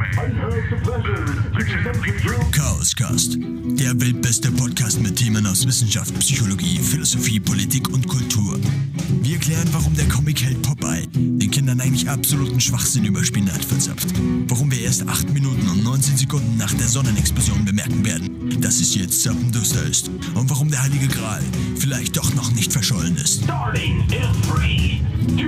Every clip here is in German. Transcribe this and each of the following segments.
Chaoscast, der weltbeste Podcast mit Themen aus Wissenschaft, Psychologie, Philosophie, Politik und Kultur. Wir erklären, warum der Comic-Held Popeye den Kindern eigentlich absoluten Schwachsinn über Spinat verzapft. Warum wir erst 8 Minuten und 19 Sekunden nach der Sonnenexplosion bemerken werden, dass es jetzt zappenduster ist. Und warum der Heilige Gral vielleicht doch noch nicht verschollen ist. Starting in 3, 2,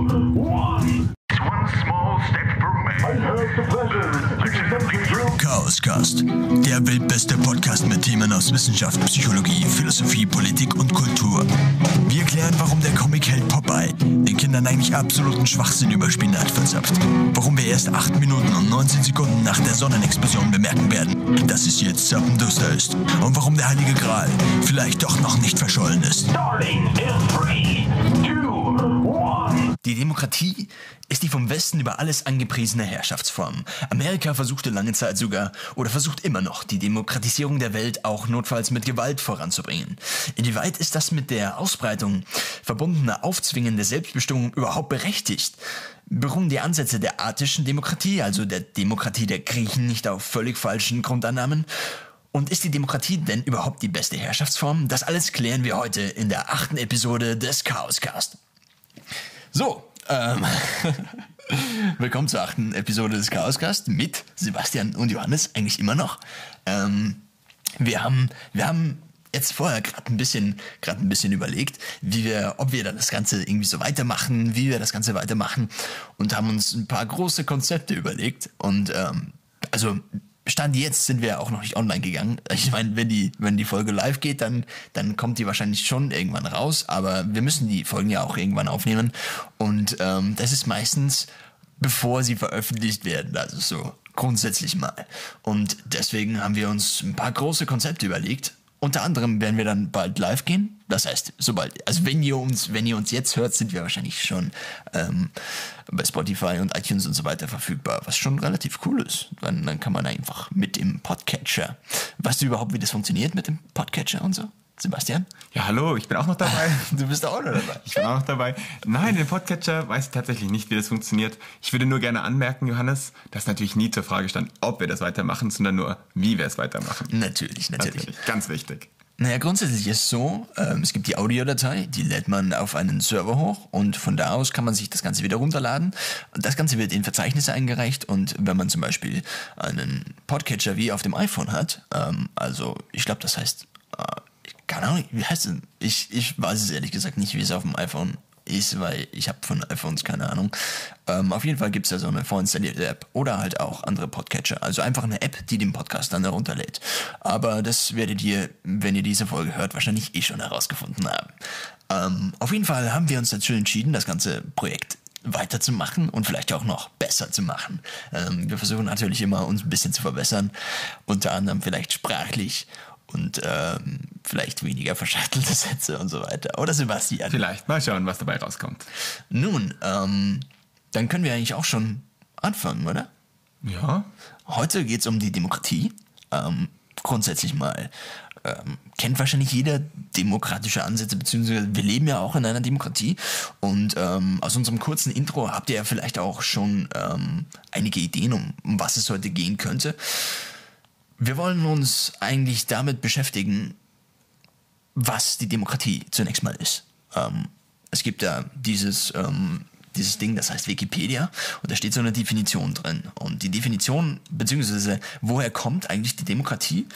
1. One small step for man. I have the pleasure presenting you. Chaoscast, der weltbeste Podcast mit Themen aus Wissenschaft, Psychologie, Philosophie, Politik und Kultur. Wir erklären, warum der Comic-Held Popeye den Kindern eigentlich absoluten Schwachsinn über Spinat verzapft. Warum wir erst 8 Minuten und 19 Sekunden nach der Sonnenexplosion bemerken werden, dass es jetzt zappenduster ist. Und warum der Heilige Gral vielleicht doch noch nicht verschollen ist. Starting in 3, 2, 1. Die Demokratie ist die vom Westen über alles angepriesene Herrschaftsform. Amerika versuchte lange Zeit sogar, oder versucht immer noch, die Demokratisierung der Welt auch notfalls mit Gewalt voranzubringen. Inwieweit ist das mit der Ausbreitung verbundener Aufzwingen der Selbstbestimmung überhaupt berechtigt? Beruhen die Ansätze der attischen Demokratie, also der Demokratie der Griechen, nicht auf völlig falschen Grundannahmen? Und ist die Demokratie denn überhaupt die beste Herrschaftsform? Das alles klären wir heute in der 8. Episode des Chaoscast. So, willkommen zur 8. Episode des Chaoscast mit Sebastian und Johannes, eigentlich immer noch. Wir haben jetzt vorher gerade ein bisschen überlegt, ob wir das Ganze irgendwie so weitermachen, wie wir das Ganze weitermachen und haben uns ein paar große Konzepte überlegt und Stand jetzt sind wir auch noch nicht online gegangen. Ich meine, wenn die Folge live geht, dann kommt die wahrscheinlich schon irgendwann raus, aber wir müssen die Folgen ja auch irgendwann aufnehmen und das ist meistens, bevor sie veröffentlicht werden, also so grundsätzlich mal. Und deswegen haben wir uns ein paar große Konzepte überlegt. Unter anderem werden wir dann bald live gehen. Das heißt, wenn ihr uns jetzt hört, sind wir wahrscheinlich schon bei Spotify und iTunes und so weiter verfügbar, was schon relativ cool ist. Dann kann man einfach mit dem Podcatcher. Weißt du überhaupt, wie das funktioniert mit dem Podcatcher und so? Sebastian? Ja, hallo, ich bin auch noch dabei. Du bist auch noch dabei. Ich bin auch noch dabei. Nein, den Podcatcher weiß ich tatsächlich nicht, wie das funktioniert. Ich würde nur gerne anmerken, Johannes, dass natürlich nie zur Frage stand, ob wir das weitermachen, sondern nur, wie wir es weitermachen. Natürlich. Ganz wichtig. Naja, grundsätzlich ist es so, es gibt die Audiodatei, die lädt man auf einen Server hoch und von da aus kann man sich das Ganze wieder runterladen. Das Ganze wird in Verzeichnisse eingereicht und wenn man zum Beispiel einen Podcatcher wie auf dem iPhone hat, ich glaube, das heißt, keine Ahnung, wie heißt es? Ich weiß es ehrlich gesagt nicht, wie es auf dem iPhone ist, weil ich habe von iPhones keine Ahnung. Auf jeden Fall gibt es da so eine vorinstallierte App oder halt auch andere Podcatcher. Also einfach eine App, die den Podcast dann herunterlädt. Aber das werdet ihr, wenn ihr diese Folge hört, wahrscheinlich schon herausgefunden haben. Auf jeden Fall haben wir uns dazu entschieden, das ganze Projekt weiterzumachen und vielleicht auch noch besser zu machen. Wir versuchen natürlich immer, uns ein bisschen zu verbessern. Unter anderem vielleicht sprachlich und vielleicht weniger verschachtelte Sätze und so weiter. Oder Sebastian? Vielleicht. Mal schauen, was dabei rauskommt. Nun, dann können wir eigentlich auch schon anfangen, oder? Ja. Heute geht es um die Demokratie. Grundsätzlich mal kennt wahrscheinlich jeder demokratische Ansätze, beziehungsweise wir leben ja auch in einer Demokratie. Und aus unserem kurzen Intro habt ihr ja vielleicht auch schon einige Ideen, um was es heute gehen könnte. Wir wollen uns eigentlich damit beschäftigen, was die Demokratie zunächst mal ist. Es gibt da dieses Ding, das heißt Wikipedia, und da steht so eine Definition drin. Und die Definition, beziehungsweise woher kommt eigentlich die Demokratie?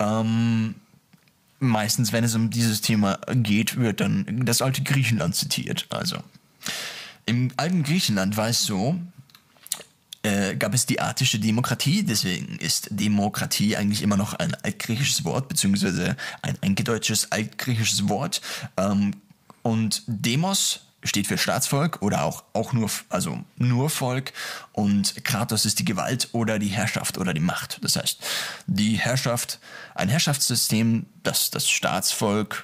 Meistens, wenn es um dieses Thema geht, wird dann das alte Griechenland zitiert. Also im alten Griechenland war es so, gab es die attische Demokratie, deswegen ist Demokratie eigentlich immer noch ein altgriechisches Wort, beziehungsweise ein eingedeutschtes altgriechisches Wort. Und Demos steht für Staatsvolk oder auch nur Volk, und Kratos ist die Gewalt oder die Herrschaft oder die Macht. Das heißt, die Herrschaft, ein Herrschaftssystem, das dem Staatsvolk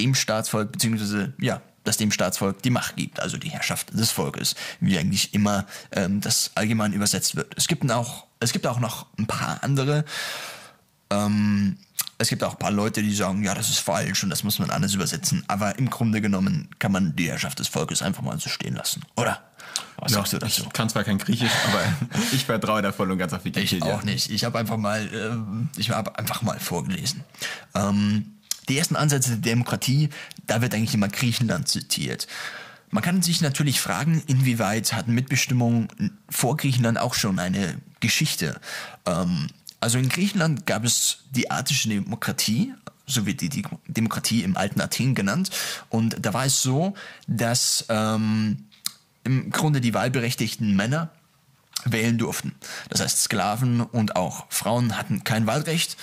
die Macht gibt, also die Herrschaft des Volkes, wie eigentlich immer das allgemein übersetzt wird. Es gibt auch noch ein paar andere. Es gibt auch ein paar Leute, die sagen, ja, das ist falsch und das muss man anders übersetzen. Aber im Grunde genommen kann man die Herrschaft des Volkes einfach mal so stehen lassen, oder? Was sagst du dazu? Ich kann zwar kein Griechisch, aber ich vertraue da voll und ganz auf Wikipedia. Ich auch nicht. Ich habe einfach mal vorgelesen. Die ersten Ansätze der Demokratie, da wird eigentlich immer Griechenland zitiert. Man kann sich natürlich fragen, inwieweit hat Mitbestimmung vor Griechenland auch schon eine Geschichte. Also in Griechenland gab es die attische Demokratie, so wird die Demokratie im alten Athen genannt. Und da war es so, dass im Grunde die wahlberechtigten Männer wählen durften. Das heißt, Sklaven und auch Frauen hatten kein Wahlrecht.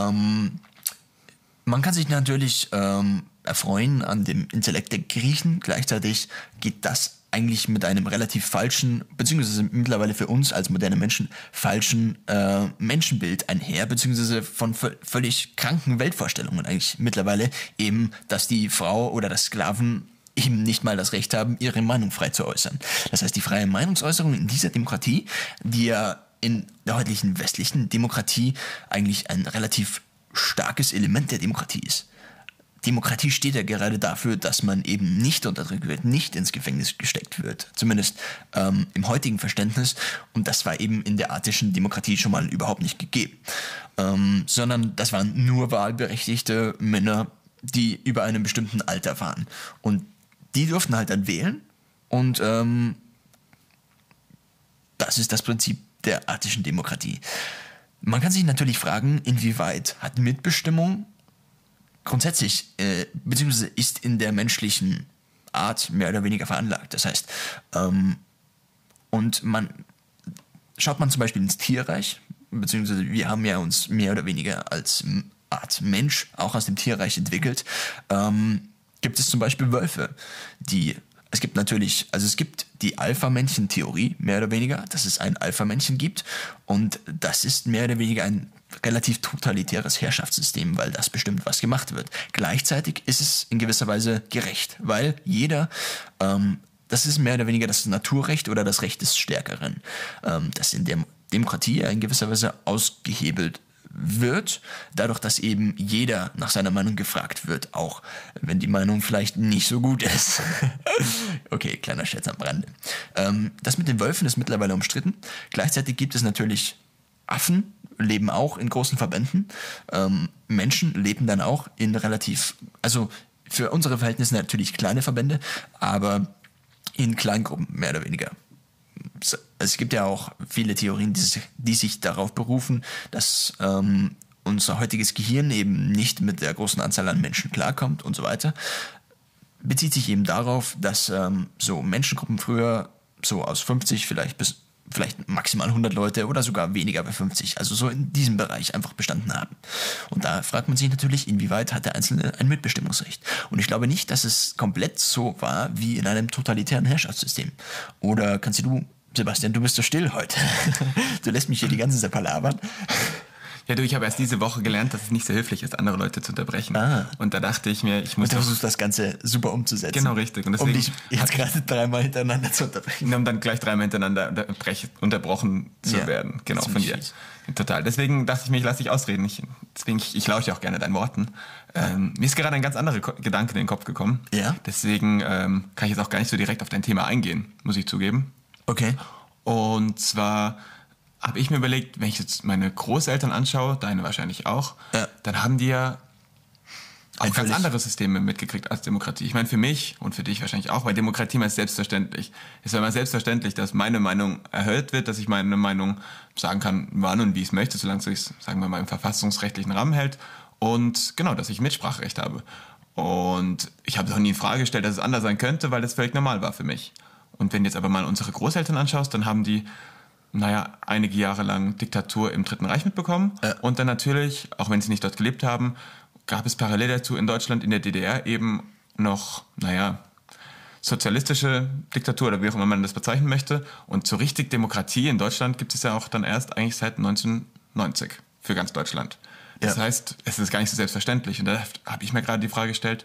Man kann sich natürlich erfreuen an dem Intellekt der Griechen. Gleichzeitig geht das eigentlich mit einem relativ falschen, beziehungsweise mittlerweile für uns als moderne Menschen, falschen Menschenbild einher, beziehungsweise von völlig kranken Weltvorstellungen eigentlich mittlerweile eben, dass die Frau oder das Sklaven eben nicht mal das Recht haben, ihre Meinung frei zu äußern. Das heißt, die freie Meinungsäußerung in dieser Demokratie, die ja in der heutigen westlichen Demokratie eigentlich ein relativ starkes Element der Demokratie ist. Demokratie steht ja gerade dafür, dass man eben nicht unterdrückt wird, nicht ins Gefängnis gesteckt wird. Zumindest im heutigen Verständnis. Und das war eben in der attischen Demokratie schon mal überhaupt nicht gegeben. Sondern das waren nur wahlberechtigte Männer, die über einem bestimmten Alter waren. Und die durften halt dann wählen. Und das ist das Prinzip der attischen Demokratie. Man kann sich natürlich fragen, inwieweit hat Mitbestimmung grundsätzlich, beziehungsweise ist in der menschlichen Art mehr oder weniger veranlagt. Das heißt, und schaut man zum Beispiel ins Tierreich, beziehungsweise wir haben ja uns mehr oder weniger als Art Mensch auch aus dem Tierreich entwickelt, gibt es zum Beispiel Wölfe, es gibt die Alpha-Männchen-Theorie, mehr oder weniger, dass es ein Alpha-Männchen gibt und das ist mehr oder weniger ein relativ totalitäres Herrschaftssystem, weil das bestimmt, was gemacht wird. Gleichzeitig ist es in gewisser Weise gerecht, weil das ist mehr oder weniger das Naturrecht oder das Recht des Stärkeren, das in der Demokratie in gewisser Weise ausgehebelt wird, dadurch, dass eben jeder nach seiner Meinung gefragt wird, auch wenn die Meinung vielleicht nicht so gut ist. Okay, kleiner Scherz am Rande. Das mit den Wölfen ist mittlerweile umstritten. Gleichzeitig gibt es natürlich Affen, leben auch in großen Verbänden. Menschen leben dann auch in also für unsere Verhältnisse natürlich kleine Verbände, aber in Kleingruppen mehr oder weniger. Es gibt ja auch viele Theorien, die sich darauf berufen, dass unser heutiges Gehirn eben nicht mit der großen Anzahl an Menschen klarkommt und so weiter. Bezieht sich eben darauf, dass so Menschengruppen früher so aus 50 vielleicht maximal 100 Leute oder sogar weniger bei 50, also so in diesem Bereich einfach bestanden haben. Und da fragt man sich natürlich, inwieweit hat der Einzelne ein Mitbestimmungsrecht? Und ich glaube nicht, dass es komplett so war wie in einem totalitären Herrschaftssystem. Oder kannst du, Sebastian, du bist so still heute. Du lässt mich hier die ganze Zeit palabern. Ja, ich habe erst diese Woche gelernt, dass es nicht so höflich ist, andere Leute zu unterbrechen. Und da dachte ich mir, ich muss... Und du versuchst das Ganze super umzusetzen. Genau, richtig. Und deswegen, dich jetzt gerade 3-mal hintereinander zu unterbrechen. Um dann gleich 3-mal hintereinander unterbrochen zu werden. Genau, von dir. Total. Deswegen dachte ich mir, ich lasse dich ausreden. Ich lausche auch gerne deinen Worten. Mir ist gerade ein ganz anderer Gedanke in den Kopf gekommen. Ja? Deswegen kann ich jetzt auch gar nicht so direkt auf dein Thema eingehen, muss ich zugeben. Okay. Und zwar habe ich mir überlegt, wenn ich jetzt meine Großeltern anschaue, deine wahrscheinlich auch, dann haben die ja auch ganz andere Systeme mitgekriegt als Demokratie. Ich meine, für mich und für dich wahrscheinlich auch, weil Demokratie mal selbstverständlich. Es war mal selbstverständlich, dass meine Meinung erhört wird, dass ich meine Meinung sagen kann, wann und wie ich es möchte, solange es sich, sagen wir mal, im verfassungsrechtlichen Rahmen hält. Und genau, dass ich Mitspracherecht habe. Und ich habe es auch nie in Frage gestellt, dass es anders sein könnte, weil das völlig normal war für mich. Und wenn du jetzt aber mal unsere Großeltern anschaust, dann haben die, einige Jahre lang Diktatur im Dritten Reich mitbekommen. Und dann natürlich, auch wenn sie nicht dort gelebt haben, gab es parallel dazu in Deutschland, in der DDR eben noch, sozialistische Diktatur oder wie auch immer man das bezeichnen möchte. Und so richtig Demokratie in Deutschland gibt es ja auch dann erst eigentlich seit 1990 für ganz Deutschland. Das heißt, es ist gar nicht so selbstverständlich. Und da habe ich mir gerade die Frage gestellt,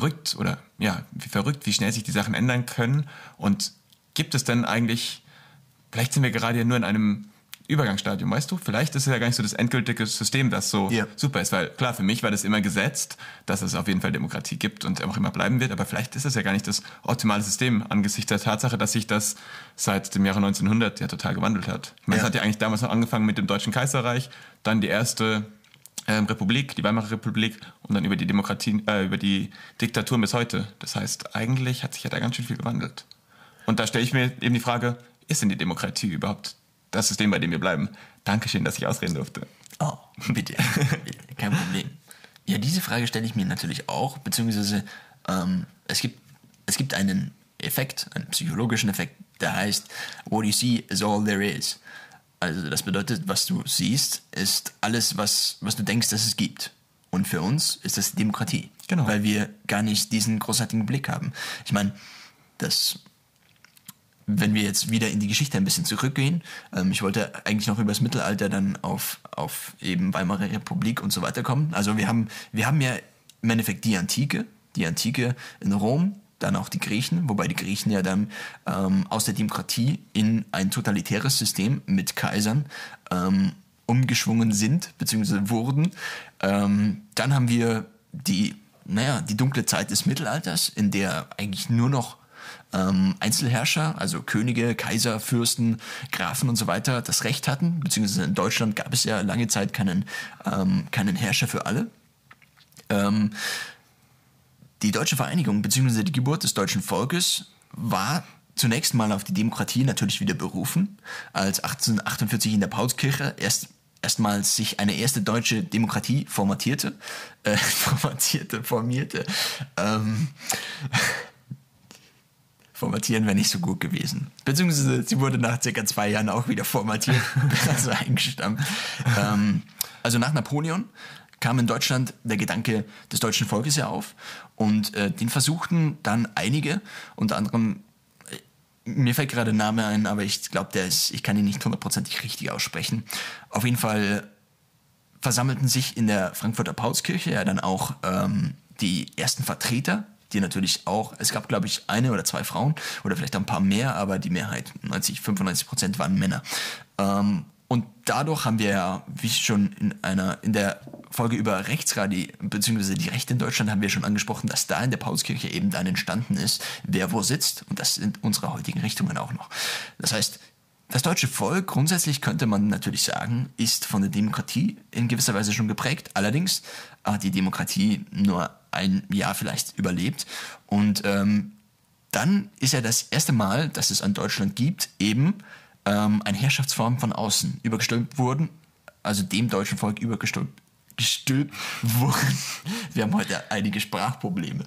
wie schnell sich die Sachen ändern können. Und gibt es denn eigentlich, vielleicht sind wir gerade ja nur in einem Übergangsstadium, weißt du? Vielleicht ist es ja gar nicht so das endgültige System, das so super ist, weil klar, für mich war das immer gesetzt, dass es auf jeden Fall Demokratie gibt und auch immer bleiben wird, aber vielleicht ist es ja gar nicht das optimale System angesichts der Tatsache, dass sich das seit dem Jahre 1900 ja total gewandelt hat. Ich meine, es hat ja eigentlich damals noch angefangen mit dem Deutschen Kaiserreich, dann die erste Republik, die Weimarer Republik und dann über die Demokratie, über die Diktatur bis heute. Das heißt, eigentlich hat sich ja da ganz schön viel gewandelt. Und da stelle ich mir eben die Frage, ist denn die Demokratie überhaupt das System, bei dem wir bleiben? Dankeschön, dass ich ausreden durfte. Oh, bitte. Kein Problem. Ja, diese Frage stelle ich mir natürlich auch, beziehungsweise es gibt einen Effekt, einen psychologischen Effekt, der heißt, what you see is all there is. Also das bedeutet, was du siehst, ist alles, was du denkst, dass es gibt. Und für uns ist das Demokratie. Genau. Weil wir gar nicht diesen großartigen Blick haben. Ich meine, wenn wir jetzt wieder in die Geschichte ein bisschen zurückgehen, ich wollte eigentlich noch über das Mittelalter dann auf eben Weimarer Republik und so weiter kommen. Also wir haben ja im Endeffekt die Antike in Rom, dann auch die Griechen, wobei die Griechen ja dann aus der Demokratie in ein totalitäres System mit Kaisern umgeschwungen sind, beziehungsweise wurden. Dann haben wir die dunkle Zeit des Mittelalters, in der eigentlich nur noch Einzelherrscher, also Könige, Kaiser, Fürsten, Grafen und so weiter das Recht hatten, beziehungsweise in Deutschland gab es ja lange Zeit keinen Herrscher für alle. Die deutsche Vereinigung bzw. die Geburt des deutschen Volkes war zunächst mal auf die Demokratie natürlich wieder berufen, als 1848 in der Paulskirche erstmals sich eine erste deutsche Demokratie formierte. Formatieren wäre nicht so gut gewesen. Beziehungsweise sie wurde nach circa 2 Jahren auch wieder formatiert, also eingestampft. Also nach Napoleon kam in Deutschland der Gedanke des deutschen Volkes ja auf und den versuchten dann einige, unter anderem, mir fällt gerade ein Name ein, aber ich glaube, ich kann ihn nicht 100% richtig aussprechen. Auf jeden Fall versammelten sich in der Frankfurter Paulskirche ja dann auch die ersten Vertreter, die natürlich auch, es gab glaube ich 1 oder 2 Frauen oder vielleicht auch ein paar mehr, aber die Mehrheit, 95% waren Männer. Und dadurch haben wir ja, wie schon in der Folge über Rechtsradi, beziehungsweise die Rechte in Deutschland, haben wir schon angesprochen, dass da in der Paulskirche eben dann entstanden ist, wer wo sitzt. Und das sind unsere heutigen Richtungen auch noch. Das heißt, das deutsche Volk, grundsätzlich könnte man natürlich sagen, ist von der Demokratie in gewisser Weise schon geprägt. Allerdings hat die Demokratie nur ein Jahr vielleicht überlebt. Und dann ist ja das erste Mal, dass es an Deutschland gibt, eben eine Herrschaftsform von außen übergestülpt wurden, also dem deutschen Volk übergestülpt wurden. Wir haben heute einige Sprachprobleme.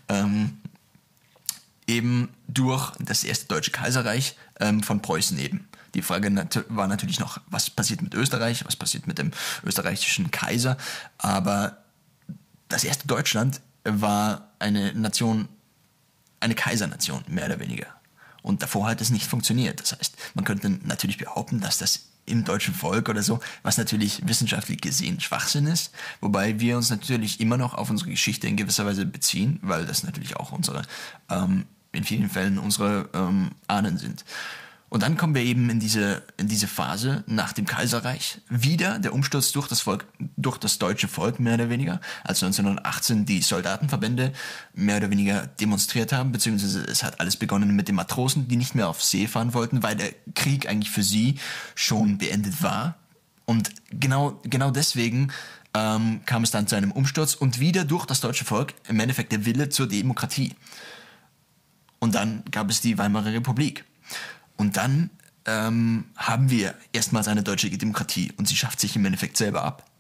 Eben durch das erste Deutsche Kaiserreich von Preußen eben. Die Frage war natürlich noch, was passiert mit Österreich, was passiert mit dem österreichischen Kaiser, aber das erste Deutschland war eine Nation, eine Kaisernation, mehr oder weniger. Und davor hat es nicht funktioniert. Das heißt, man könnte natürlich behaupten, dass das im deutschen Volk oder so, was natürlich wissenschaftlich gesehen Schwachsinn ist, wobei wir uns natürlich immer noch auf unsere Geschichte in gewisser Weise beziehen, weil das natürlich auch in vielen Fällen unsere Ahnen sind. Und dann kommen wir eben in diese Phase nach dem Kaiserreich, wieder der Umsturz durch das deutsche Volk mehr oder weniger, als 1918 die Soldatenverbände mehr oder weniger demonstriert haben, beziehungsweise es hat alles begonnen mit den Matrosen, die nicht mehr auf See fahren wollten, weil der Krieg eigentlich für sie schon beendet war. Und genau deswegen kam es dann zu einem Umsturz und wieder durch das deutsche Volk im Endeffekt der Wille zur Demokratie. Und dann gab es die Weimarer Republik. Und dann haben wir erstmals eine deutsche Demokratie und sie schafft sich im Endeffekt selber ab.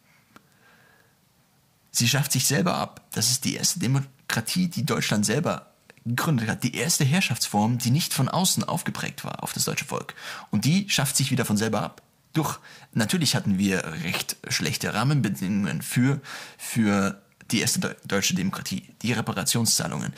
Sie schafft sich selber ab. Das ist die erste Demokratie, die Deutschland selber gegründet hat. Die erste Herrschaftsform, die nicht von außen aufgeprägt war auf das deutsche Volk. Und die schafft sich wieder von selber ab. Natürlich hatten wir recht schlechte Rahmenbedingungen für die erste deutsche Demokratie. Die Reparationszahlungen,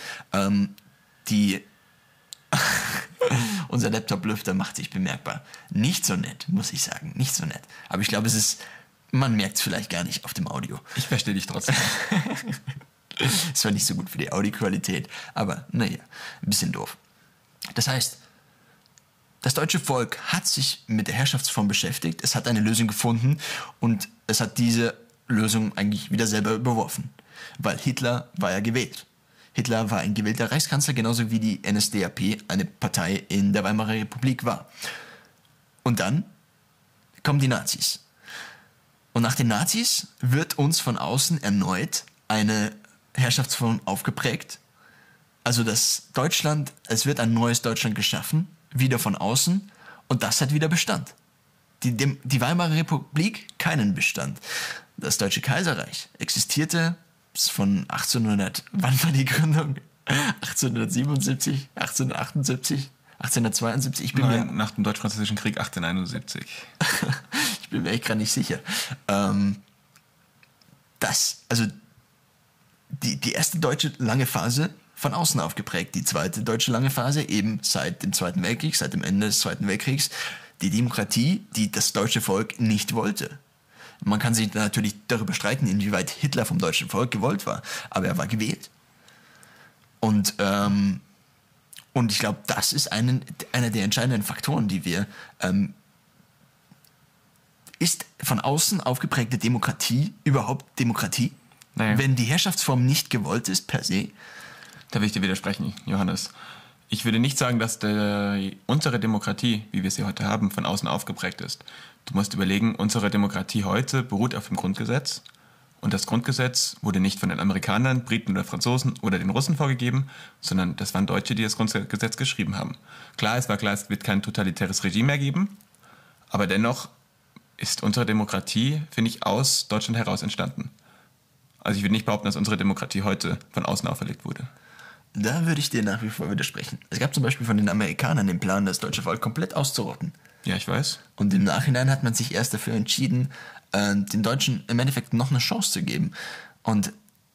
unser Laptop-Lüfter macht sich bemerkbar. Nicht so nett, muss ich sagen. Nicht so nett. Aber ich glaube, man merkt es vielleicht gar nicht auf dem Audio. Ich verstehe dich trotzdem. Es war nicht so gut für die Audioqualität, aber naja, ein bisschen doof. Das heißt, Das deutsche Volk hat sich mit der Herrschaftsform beschäftigt, es hat eine Lösung gefunden und es hat diese Lösung eigentlich wieder selber überworfen. Weil Hitler war ja gewählt. Hitler war ein gewählter Reichskanzler, genauso wie die NSDAP eine Partei in der Weimarer Republik war. Und dann kommen die Nazis. Und nach den Nazis wird uns von außen erneut eine Herrschaftsform aufgeprägt. Also das Deutschland, es wird ein neues Deutschland geschaffen, wieder von außen, und das hat wieder Bestand. Die Weimarer Republik keinen Bestand. Das Deutsche Kaiserreich existierte von 1800, wann war die Gründung? 1877, 1878, 1872? Ich bin Nein, nach dem Deutsch-Französischen Krieg 1871. Ich bin mir echt gerade nicht sicher. Die erste deutsche lange Phase von außen aufgeprägt, die zweite deutsche lange Phase eben seit dem Zweiten Weltkrieg, seit dem Ende des Zweiten Weltkriegs, die Demokratie, die das deutsche Volk nicht wollte. Man kann sich natürlich darüber streiten, inwieweit Hitler vom deutschen Volk gewollt war, aber er war gewählt. Und ich glaube, das ist einer der entscheidenden Faktoren, die wir ist von außen aufgeprägte Demokratie überhaupt Demokratie? Naja. Wenn die Herrschaftsform nicht gewollt ist, per se? Da will ich dir widersprechen, Johannes. Ich würde nicht sagen, dass unsere Demokratie, wie wir sie heute haben, von außen aufgeprägt ist. Du musst überlegen, unsere Demokratie heute beruht auf dem Grundgesetz. Und das Grundgesetz wurde nicht von den Amerikanern, Briten oder Franzosen oder den Russen vorgegeben, sondern das waren Deutsche, die das Grundgesetz geschrieben haben. Klar, es wird kein totalitäres Regime mehr geben, aber dennoch ist unsere Demokratie, finde ich, aus Deutschland heraus entstanden. Also ich würde nicht behaupten, dass unsere Demokratie heute von außen auferlegt wurde. Da würde ich dir nach wie vor widersprechen. Es gab zum Beispiel von den Amerikanern den Plan, das deutsche Volk komplett auszurotten. Ja, ich weiß. Und im Nachhinein hat man sich erst dafür entschieden, den Deutschen im Endeffekt noch eine Chance zu geben. Und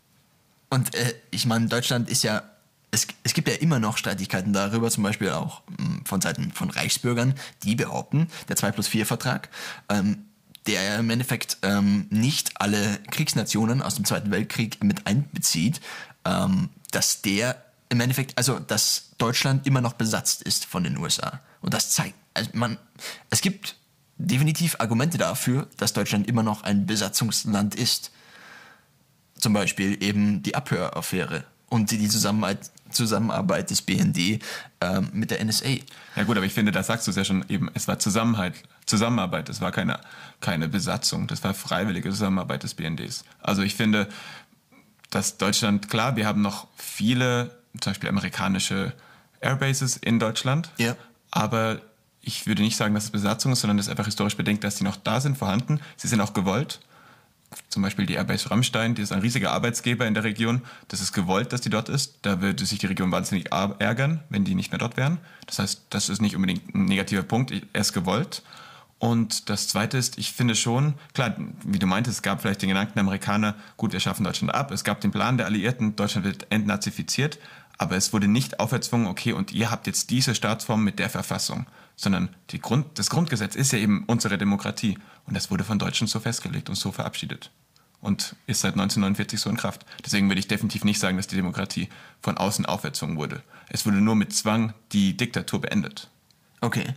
ich meine, Deutschland ist ja, es gibt ja immer noch Streitigkeiten darüber, zum Beispiel auch von Seiten von Reichsbürgern, die behaupten, der 2+4-Vertrag, der im Endeffekt nicht alle Kriegsnationen aus dem Zweiten Weltkrieg mit einbezieht, dass der im Endeffekt, also dass Deutschland immer noch besetzt ist von den USA. Und das zeigt, also es gibt definitiv Argumente dafür, dass Deutschland immer noch ein Besatzungsland ist. Zum Beispiel eben die Abhöraffäre und die Zusammenarbeit des BND mit der NSA. Ja gut, aber ich finde, da sagst du es ja schon eben, es war Zusammenarbeit, es war keine Besatzung, das war freiwillige Zusammenarbeit des BNDs. Also ich finde, dass Deutschland, klar, wir haben noch viele, zum Beispiel amerikanische Airbases in Deutschland, ja. Aber ich würde nicht sagen, dass es Besatzung ist, sondern das ist einfach historisch bedingt, dass die noch da sind, vorhanden. Sie sind auch gewollt. Zum Beispiel die Airbase Ramstein, die ist ein riesiger Arbeitsgeber in der Region. Das ist gewollt, dass die dort ist. Da würde sich die Region wahnsinnig ärgern, wenn die nicht mehr dort wären. Das heißt, das ist nicht unbedingt ein negativer Punkt. Er ist gewollt. Und das Zweite ist, ich finde schon, klar, wie du meintest, es gab vielleicht den Gedanken der Amerikaner, gut, wir schaffen Deutschland ab. Es gab den Plan der Alliierten, Deutschland wird entnazifiziert. Aber es wurde nicht auferzwungen, okay, und ihr habt jetzt diese Staatsform mit der Verfassung. Sondern das Grundgesetz ist ja eben unsere Demokratie. Und das wurde von Deutschen so festgelegt und so verabschiedet. Und ist seit 1949 so in Kraft. Deswegen würde ich definitiv nicht sagen, dass die Demokratie von außen auferzogen wurde. Es wurde nur mit Zwang die Diktatur beendet. Okay.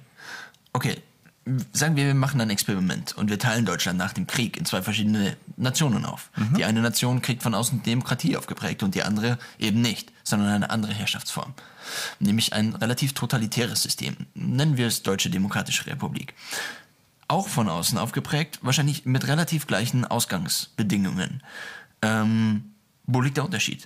Sagen wir machen ein Experiment und wir teilen Deutschland nach dem Krieg in 2 verschiedene Nationen auf. Mhm. Die eine Nation kriegt von außen Demokratie aufgeprägt und die andere eben nicht, sondern eine andere Herrschaftsform. Nämlich ein relativ totalitäres System. Nennen wir es Deutsche Demokratische Republik. Auch von außen aufgeprägt, wahrscheinlich mit relativ gleichen Ausgangsbedingungen. Wo liegt der Unterschied?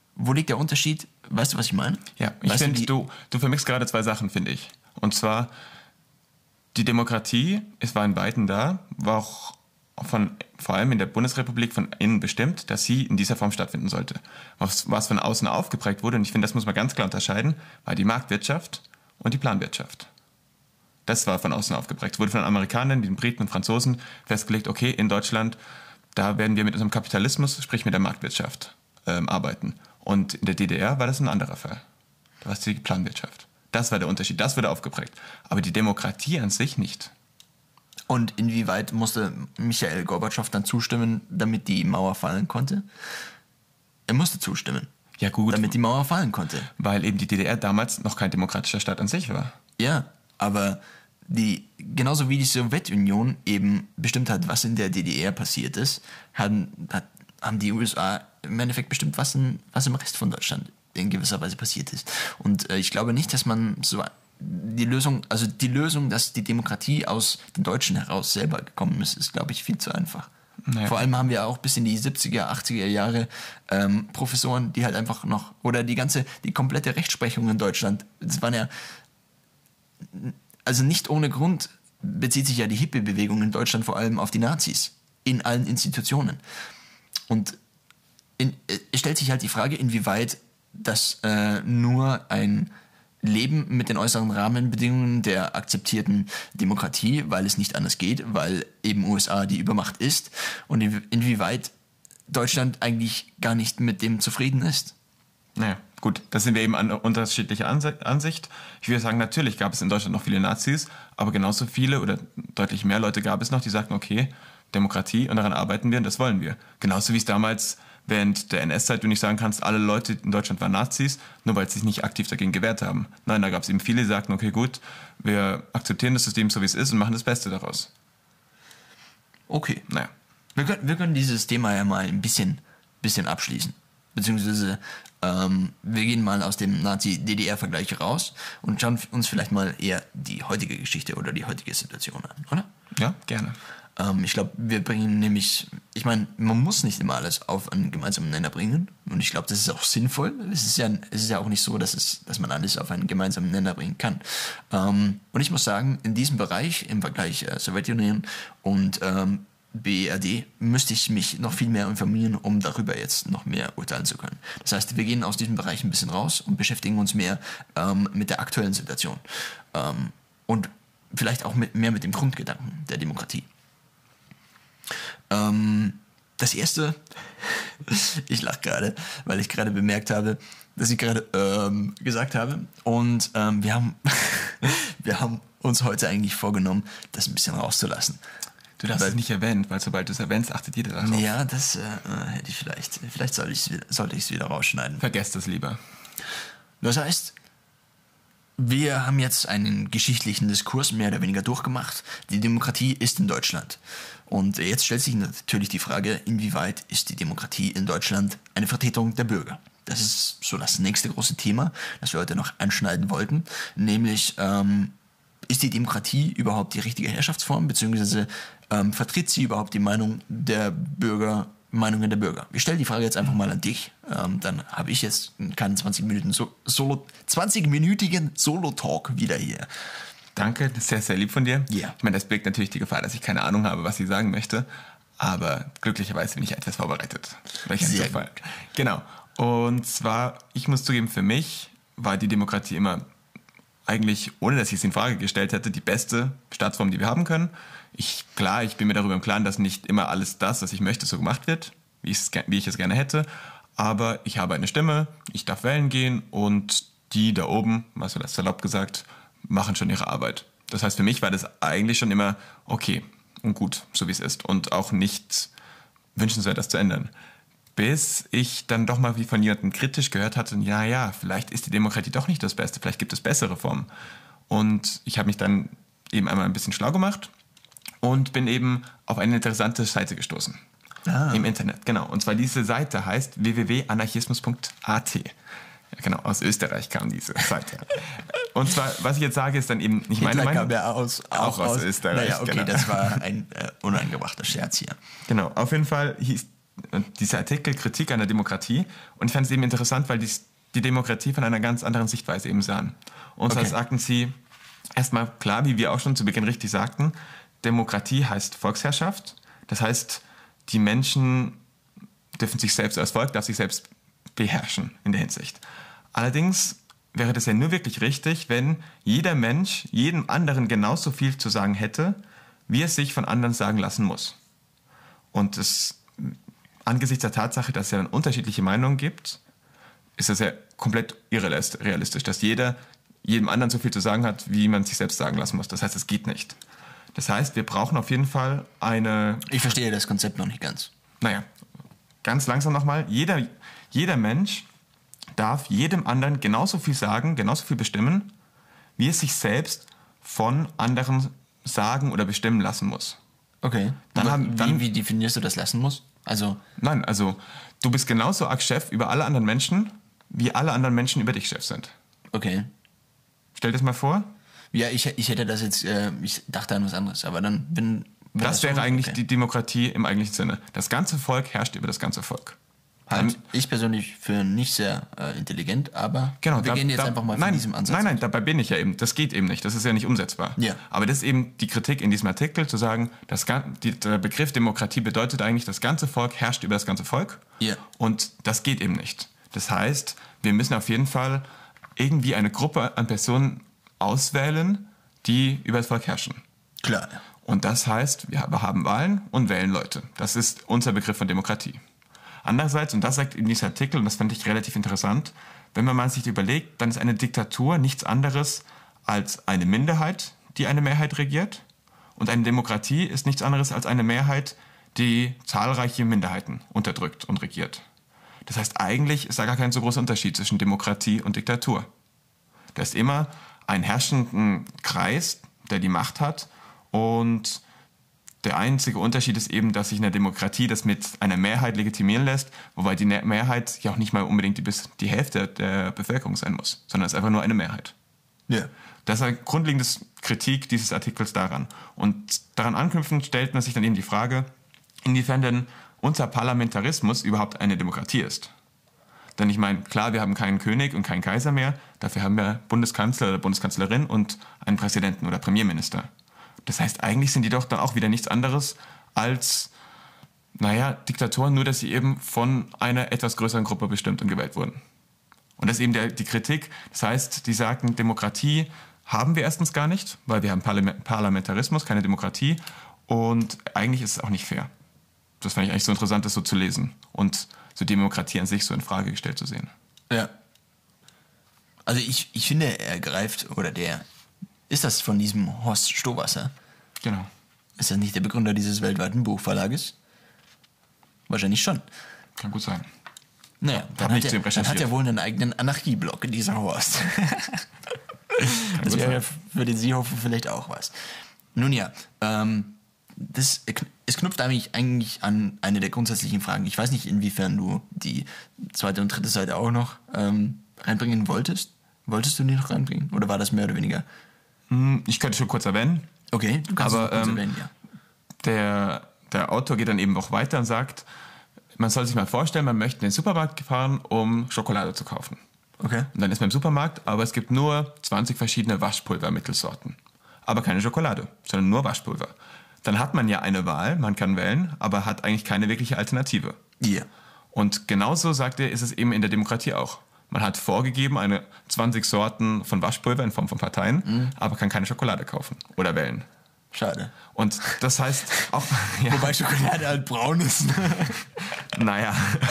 Weißt du, was ich meine? Ja, ich finde, du vermischst gerade 2 Sachen, finde ich. Und zwar, die Demokratie, es war in beiden da, war auch vor allem in der Bundesrepublik von innen bestimmt, dass sie in dieser Form stattfinden sollte. Was von außen aufgeprägt wurde, und ich finde, das muss man ganz klar unterscheiden, war die Marktwirtschaft und die Planwirtschaft. Das war von außen aufgeprägt. Es wurde von den Amerikanern, den Briten und Franzosen festgelegt, okay, in Deutschland, da werden wir mit unserem Kapitalismus, sprich mit der Marktwirtschaft, arbeiten. Und in der DDR war das ein anderer Fall. Da war es die Planwirtschaft. Das war der Unterschied, das wurde aufgeprägt. Aber die Demokratie an sich nicht. Und inwieweit musste Michail Gorbatschow dann zustimmen, damit die Mauer fallen konnte? Er musste zustimmen. Ja, gut. Damit die Mauer fallen konnte. Weil eben die DDR damals noch kein demokratischer Staat an sich war. Ja, Aber genauso wie die Sowjetunion eben bestimmt hat, was in der DDR passiert ist, haben die USA im Endeffekt bestimmt, was im Rest von Deutschland in gewisser Weise passiert ist. Und ich glaube nicht, dass man so die Lösung, dass die Demokratie aus den Deutschen heraus selber gekommen ist, glaube ich, viel zu einfach. Naja. Vor allem haben wir auch bis in die 70er, 80er Jahre Professoren, die halt einfach noch, oder die komplette Rechtsprechung in Deutschland, das waren ja, also nicht ohne Grund bezieht sich ja die Hippie-Bewegung in Deutschland vor allem auf die Nazis in allen Institutionen. Und es stellt sich halt die Frage, inwieweit das nur ein Leben mit den äußeren Rahmenbedingungen der akzeptierten Demokratie, weil es nicht anders geht, weil eben USA die Übermacht ist, und inwieweit Deutschland eigentlich gar nicht mit dem zufrieden ist. Naja, gut, da sind wir eben an unterschiedlicher Ansicht. Ich würde sagen, natürlich gab es in Deutschland noch viele Nazis, aber genauso viele oder deutlich mehr Leute gab es noch, die sagten, okay, Demokratie, und daran arbeiten wir und das wollen wir. Genauso wie es damals während der NS-Zeit du nicht sagen kannst, alle Leute in Deutschland waren Nazis, nur weil sie sich nicht aktiv dagegen gewehrt haben. Nein, da gab es eben viele, die sagten, okay, gut, wir akzeptieren das System so, wie es ist und machen das Beste daraus. Okay. Naja. Wir können dieses Thema ja mal ein bisschen abschließen. Beziehungsweise wir gehen mal aus dem Nazi-DDR-Vergleich raus und schauen uns vielleicht mal eher die heutige Geschichte oder die heutige Situation an, oder? Ja, gerne. Ich glaube, wir bringen nämlich, ich meine, man muss nicht immer alles auf einen gemeinsamen Nenner bringen, und ich glaube, das ist auch sinnvoll. Es ist ja auch nicht so, dass man alles auf einen gemeinsamen Nenner bringen kann. Und ich muss sagen, in diesem Bereich, im Vergleich Sowjetunion und BRD, müsste ich mich noch viel mehr informieren, um darüber jetzt noch mehr urteilen zu können. Das heißt, wir gehen aus diesem Bereich ein bisschen raus und beschäftigen uns mehr mit der aktuellen Situation. Und vielleicht auch mehr mit dem Grundgedanken der Demokratie. Das erste, ich lache gerade, weil ich gerade bemerkt habe, dass ich gerade gesagt habe, und wir haben uns heute eigentlich vorgenommen, das ein bisschen rauszulassen. Du darfst es nicht erwähnen, weil sobald du es erwähnst, achtet jeder darauf. Ja, das hätte ich vielleicht sollte ich es wieder rausschneiden. Vergesst es lieber. Das heißt, wir haben jetzt einen geschichtlichen Diskurs mehr oder weniger durchgemacht. Die Demokratie ist in Deutschland. Und jetzt stellt sich natürlich die Frage, inwieweit ist die Demokratie in Deutschland eine Vertretung der Bürger? Das ist so das nächste große Thema, das wir heute noch anschneiden wollten. Nämlich, ist die Demokratie überhaupt die richtige Herrschaftsform, beziehungsweise vertritt sie überhaupt die Meinungen der Bürger? Ich stelle die Frage jetzt einfach mal an dich. Dann habe ich jetzt keinen 20-minütigen Solo-Talk wieder hier. Danke, das ist sehr, sehr lieb von dir. Ja. Ich meine, das birgt natürlich die Gefahr, dass ich keine Ahnung habe, was ich sagen möchte. Aber glücklicherweise bin ich etwas vorbereitet. Sehr gut. Genau. Und zwar, ich muss zugeben, für mich war die Demokratie immer eigentlich, ohne dass ich es in Frage gestellt hätte, die beste Staatsform, die wir haben können. Ich bin mir darüber im Klaren, dass nicht immer alles das, was ich möchte, so gemacht wird, wie ich es gerne hätte. Aber ich habe eine Stimme, ich darf wählen gehen, und die da oben, mal so salopp gesagt, machen schon ihre Arbeit. Das heißt, für mich war das eigentlich schon immer okay und gut, so wie es ist, und auch nicht wünschenswert, das zu ändern. Bis ich dann doch mal wie von jemandem kritisch gehört hatte, ja, vielleicht ist die Demokratie doch nicht das Beste, vielleicht gibt es bessere Formen. Und ich habe mich dann eben einmal ein bisschen schlau gemacht und bin eben auf eine interessante Seite gestoßen. Im Internet, genau. Und zwar diese Seite heißt www.anarchismus.at. Ja, genau, aus Österreich kam diese Seite. Und zwar, was ich jetzt sage, ist dann eben nicht meine Meinung. Kam ja auch aus Österreich. Naja, okay, genau. Das war ein unangebrachter Scherz hier. Genau, auf jeden Fall hieß dieser Artikel Kritik an der Demokratie, und ich fand es eben interessant, weil die Demokratie von einer ganz anderen Sichtweise eben sahen. Und zwar sagten sie, erstmal klar, wie wir auch schon zu Beginn richtig sagten, Demokratie heißt Volksherrschaft, das heißt, die Menschen dürfen sich selbst als Volk, darf sich selbst beherrschen in der Hinsicht. Allerdings wäre das ja nur wirklich richtig, wenn jeder Mensch jedem anderen genauso viel zu sagen hätte, wie er sich von anderen sagen lassen muss. Und das angesichts der Tatsache, dass es ja dann unterschiedliche Meinungen gibt, ist das ja komplett irrealistisch, dass jeder jedem anderen so viel zu sagen hat, wie man sich selbst sagen lassen muss. Das heißt, es geht nicht. Das heißt, wir brauchen auf jeden Fall eine... Ich verstehe das Konzept noch nicht ganz. Naja, ganz langsam nochmal. Jeder Mensch darf jedem anderen genauso viel sagen, genauso viel bestimmen, wie es sich selbst von anderen sagen oder bestimmen lassen muss. Okay. Wie definierst du das lassen muss? Nein, du bist genauso arg Chef über alle anderen Menschen, wie alle anderen Menschen über dich Chef sind. Okay. Stell dir das mal vor. Ja, ich hätte das jetzt, ich dachte an was anderes, aber dann das wäre eigentlich die Demokratie im eigentlichen Sinne. Das ganze Volk herrscht über das ganze Volk. Ich persönlich für nicht sehr intelligent, aber wir gehen jetzt einfach mal von diesem Ansatz. Nein, dabei bin ich ja eben. Das geht eben nicht. Das ist ja nicht umsetzbar. Ja. Aber das ist eben die Kritik in diesem Artikel, zu sagen, der Begriff Demokratie bedeutet eigentlich, das ganze Volk herrscht über das ganze Volk. Ja. Und das geht eben nicht. Das heißt, wir müssen auf jeden Fall irgendwie eine Gruppe an Personen auswählen, die über das Volk herrschen. Klar. Und das heißt, wir haben Wahlen und wählen Leute. Das ist unser Begriff von Demokratie. Andererseits, und das sagt in diesem Artikel, und das fand ich relativ interessant, wenn man sich überlegt, dann ist eine Diktatur nichts anderes als eine Minderheit, die eine Mehrheit regiert. Und eine Demokratie ist nichts anderes als eine Mehrheit, die zahlreiche Minderheiten unterdrückt und regiert. Das heißt, eigentlich ist da gar kein so großer Unterschied zwischen Demokratie und Diktatur. Da ist immer ein herrschenden Kreis, der die Macht hat, und der einzige Unterschied ist eben, dass sich in der Demokratie das mit einer Mehrheit legitimieren lässt, wobei die Mehrheit ja auch nicht mal unbedingt die Hälfte der Bevölkerung sein muss, sondern es ist einfach nur eine Mehrheit. Ja. Das ist eine grundlegende Kritik dieses Artikels daran. Und daran anknüpfend stellt man sich dann eben die Frage, inwiefern denn unser Parlamentarismus überhaupt eine Demokratie ist. Denn ich meine, klar, wir haben keinen König und keinen Kaiser mehr, dafür haben wir Bundeskanzler oder Bundeskanzlerin und einen Präsidenten oder Premierminister. Das heißt, eigentlich sind die doch dann auch wieder nichts anderes als, Diktatoren, nur dass sie eben von einer etwas größeren Gruppe bestimmt und gewählt wurden. Und das ist eben die Kritik. Das heißt, die sagen, Demokratie haben wir erstens gar nicht, weil wir haben Parlamentarismus, keine Demokratie. Und eigentlich ist es auch nicht fair. Das fand ich eigentlich so interessant, das so zu lesen und so Demokratie an sich so in Frage gestellt zu sehen. Ja. Also ich finde, ist das von diesem Horst Stowasser? Genau. Ist das nicht der Begründer dieses weltweiten Buchverlages? Wahrscheinlich schon. Kann gut sein. Naja, dann hat er wohl einen eigenen Anarchieblock, dieser Horst. Das wäre für den Seehofer vielleicht auch was. Nun ja, es knüpft eigentlich an eine der grundsätzlichen Fragen. Ich weiß nicht, inwiefern du die zweite und dritte Seite auch noch reinbringen wolltest. Wolltest du die noch reinbringen? Oder war das mehr oder weniger? Ich könnte schon kurz erwähnen. Okay, du kannst es kurz erwähnen, ja. Der Autor geht dann eben auch weiter und sagt, man soll sich mal vorstellen, man möchte in den Supermarkt fahren, um Schokolade zu kaufen. Okay. Und dann ist man im Supermarkt, aber es gibt nur 20 verschiedene Waschpulvermittelsorten. Aber keine Schokolade, sondern nur Waschpulver. Dann hat man ja eine Wahl, man kann wählen, aber hat eigentlich keine wirkliche Alternative. Ja. Yeah. Und genauso, sagt er, ist es eben in der Demokratie auch. Man hat vorgegeben, 20 Sorten von Waschpulver in Form von Parteien, aber kann keine Schokolade kaufen oder wählen. Schade. Und das heißt auch... Ja. Wobei Schokolade halt braun ist. Naja,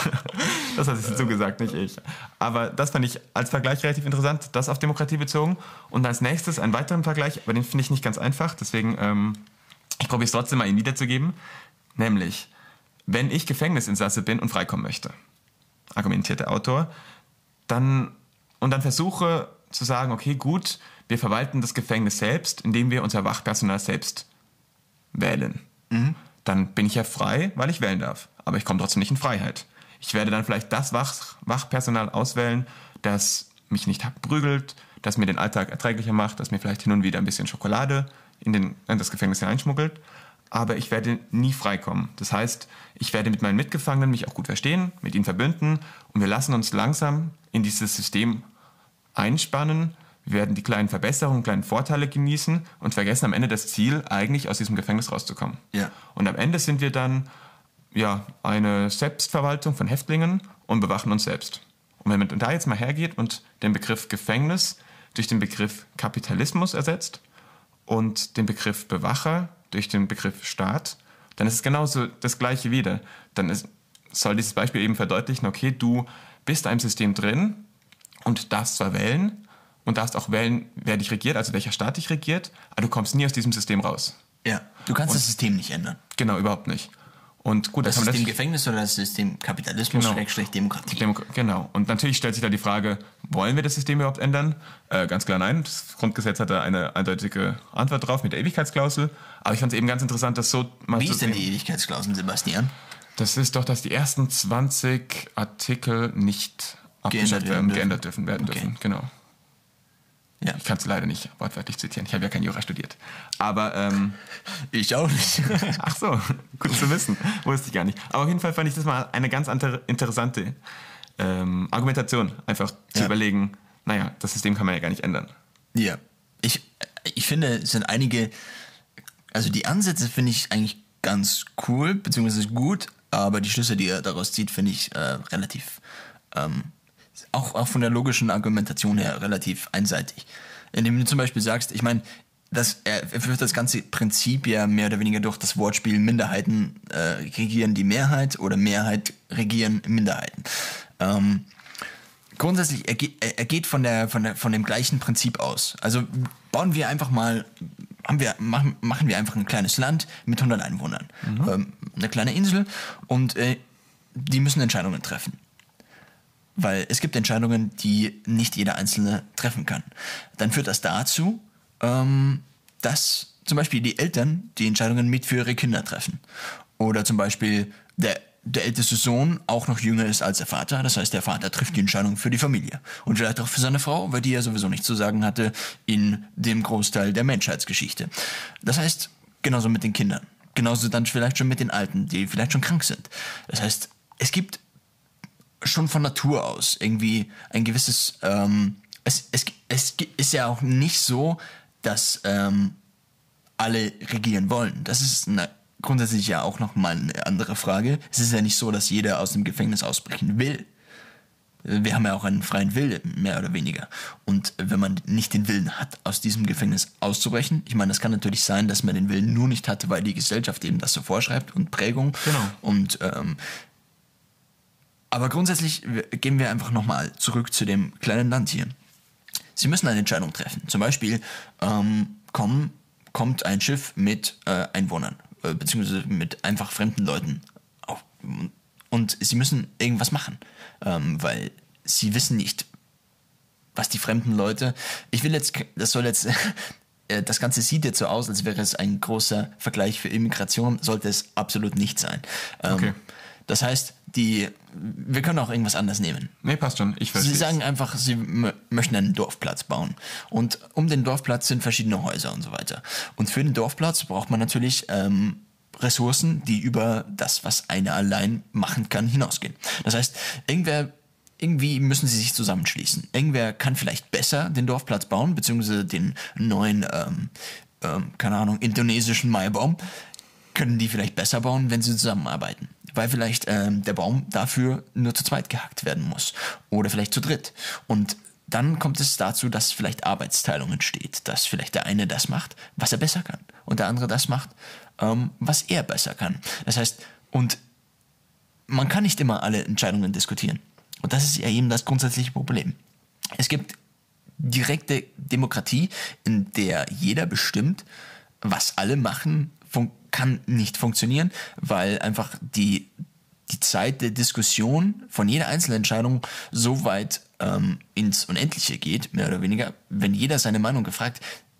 das hat sie so gesagt, nicht ich. Aber das fand ich als Vergleich relativ interessant, das auf Demokratie bezogen. Und als nächstes einen weiteren Vergleich, aber den finde ich nicht ganz einfach, deswegen ich probiere es trotzdem mal Ihnen wiederzugeben. Nämlich, wenn ich Gefängnisinsasse bin und freikommen möchte, argumentiert der Autor, dann versuche zu sagen, okay, gut, wir verwalten das Gefängnis selbst, indem wir unser Wachpersonal selbst wählen. Mhm. Dann bin ich ja frei, weil ich wählen darf. Aber ich komme trotzdem nicht in Freiheit. Ich werde dann vielleicht das Wachpersonal auswählen, das mich nicht prügelt, das mir den Alltag erträglicher macht, das mir vielleicht hin und wieder ein bisschen Schokolade in das Gefängnis hineinschmuggelt. Aber ich werde nie freikommen. Das heißt, ich werde mit meinen Mitgefangenen mich auch gut verstehen, mit ihnen verbünden und wir lassen uns langsam in dieses System einspannen. Wir werden die kleinen Verbesserungen, kleinen Vorteile genießen und vergessen am Ende das Ziel, eigentlich aus diesem Gefängnis rauszukommen. Ja. Und am Ende sind wir dann eine Selbstverwaltung von Häftlingen und bewachen uns selbst. Und wenn man da jetzt mal hergeht und den Begriff Gefängnis durch den Begriff Kapitalismus ersetzt und den Begriff Bewacher durch den Begriff Staat, dann ist es genauso das Gleiche wieder. Dann soll dieses Beispiel eben verdeutlichen, okay, du bist in einem System drin und darfst zwar wählen und darfst auch wählen, wer dich regiert, also welcher Staat dich regiert, aber du kommst nie aus diesem System raus. Ja, du kannst das System nicht ändern. Genau, überhaupt nicht. Und gut, das System Gefängnis oder das System Kapitalismus, Demokratie. Genau. Und natürlich stellt sich da die Frage, wollen wir das System überhaupt ändern? Ganz klar nein. Das Grundgesetz hat da eine eindeutige Antwort drauf mit der Ewigkeitsklausel. Aber ich fand es eben ganz interessant, das so mal Wie zu ist denn sehen. die Ewigkeitsklausel, Sebastian? Das ist doch, dass die ersten 20 Artikel nicht abgeschafft geändert werden dürfen. Genau. Ja. Ich kann es leider nicht wortwörtlich zitieren. Ich habe ja kein Jura studiert. Aber, Ich auch nicht. ach so, gut zu wissen. Wusste ich gar nicht. Aber auf jeden Fall fand ich das mal eine ganz interessante Argumentation. Einfach zu überlegen, naja, das System kann man ja gar nicht ändern. Ja. Ich finde, es sind einige, also die Ansätze finde ich eigentlich ganz cool, beziehungsweise gut, aber die Schlüsse, die er daraus zieht, finde ich relativ, auch von der logischen Argumentation her relativ einseitig. Indem du zum Beispiel sagst, ich meine, er führt das ganze Prinzip ja mehr oder weniger durch das Wortspiel Minderheiten regieren die Mehrheit oder Mehrheit regieren Minderheiten. Grundsätzlich, er geht von dem gleichen Prinzip aus. Also bauen wir einfach mal, machen wir einfach ein kleines Land mit 100 Einwohnern. Eine kleine Insel und die müssen Entscheidungen treffen. Weil es gibt Entscheidungen, die nicht jeder Einzelne treffen kann. Dann führt das dazu, dass zum Beispiel die Eltern die Entscheidungen mit für ihre Kinder treffen. Oder zum Beispiel der älteste Sohn auch noch jünger ist als der Vater. Das heißt, der Vater trifft die Entscheidung für die Familie. Und vielleicht auch für seine Frau, weil die ja sowieso nichts zu sagen hatte in dem Großteil der Menschheitsgeschichte. Das heißt, genauso mit den Kindern. Genauso dann vielleicht schon mit den Alten, die vielleicht schon krank sind. Das heißt, es gibt schon von Natur aus irgendwie ein gewisses... Es ist ja auch nicht so, dass alle regieren wollen. Das ist grundsätzlich ja auch nochmal eine andere Frage. Es ist ja nicht so, dass jeder aus dem Gefängnis ausbrechen will. Wir haben ja auch einen freien Willen, mehr oder weniger. Und wenn man nicht den Willen hat, aus diesem Gefängnis auszubrechen, ich meine, das kann natürlich sein, dass man den Willen nur nicht hatte, weil die Gesellschaft eben das so vorschreibt und Prägung. Genau. Und aber grundsätzlich gehen wir einfach nochmal zurück zu dem kleinen Land hier. Sie müssen eine Entscheidung treffen. Zum Beispiel kommt ein Schiff mit Einwohnern, beziehungsweise mit einfach fremden Leuten auf. Und sie müssen irgendwas machen, weil sie wissen nicht, was die fremden Leute... Das Ganze sieht jetzt so aus, als wäre es ein großer Vergleich für Immigration, sollte es absolut nicht sein. Okay. Das heißt, wir können auch irgendwas anderes nehmen. Nee, passt schon. Ich verstehe. Sie sagen einfach, sie möchten einen Dorfplatz bauen. Und um den Dorfplatz sind verschiedene Häuser und so weiter. Und für den Dorfplatz braucht man natürlich Ressourcen, die über das, was einer allein machen kann, hinausgehen. Das heißt, irgendwie müssen sie sich zusammenschließen. Irgendwer kann vielleicht besser den Dorfplatz bauen, beziehungsweise den neuen, keine Ahnung, indonesischen Maibaum, können die vielleicht besser bauen, wenn sie zusammenarbeiten. Weil vielleicht der Baum dafür nur zu zweit gehackt werden muss. Oder vielleicht zu dritt. Und dann kommt es dazu, dass vielleicht Arbeitsteilung entsteht. Dass vielleicht der eine das macht, was er besser kann. Und der andere das macht, was er besser kann. Das heißt, und man kann nicht immer alle Entscheidungen diskutieren. Und das ist ja eben das grundsätzliche Problem. Es gibt direkte Demokratie, in der jeder bestimmt, was alle machen, kann nicht funktionieren, weil einfach die Zeit der Diskussion von jeder einzelnen Entscheidung so weit ins Unendliche geht, mehr oder weniger, wenn jeder seine Meinung gefragt,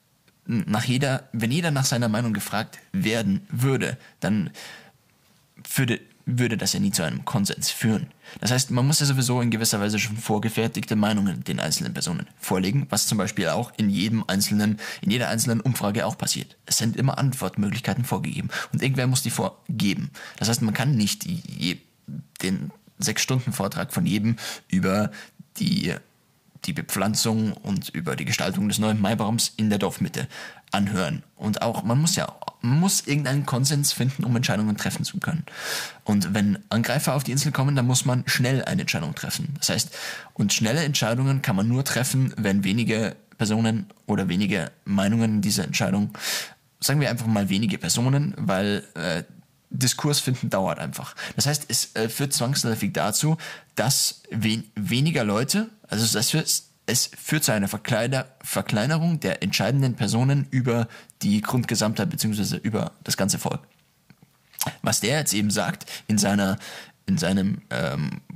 wenn jeder nach seiner Meinung gefragt werden würde, dann würde das ja nie zu einem Konsens führen. Das heißt, man muss ja sowieso in gewisser Weise schon vorgefertigte Meinungen den einzelnen Personen vorlegen, was zum Beispiel auch in jeder einzelnen Umfrage auch passiert. Es sind immer Antwortmöglichkeiten vorgegeben und irgendwer muss die vorgeben. Das heißt, man kann nicht den 6-Stunden-Vortrag von jedem über die Bepflanzung und über die Gestaltung des neuen Maibaums in der Dorfmitte anhören. Und auch, man muss irgendeinen Konsens finden, um Entscheidungen treffen zu können. Und wenn Angreifer auf die Insel kommen, dann muss man schnell eine Entscheidung treffen. Das heißt, und schnelle Entscheidungen kann man nur treffen, wenn wenige Personen oder wenige Meinungen in dieser Entscheidung, sagen wir einfach mal wenige Personen, weil Diskurs finden dauert einfach. Das heißt, es führt zwangsläufig dazu, dass weniger Leute, also es führt zu einer Verkleinerung der entscheidenden Personen über die Grundgesamtheit bzw. über das ganze Volk. Was der jetzt eben sagt in seinem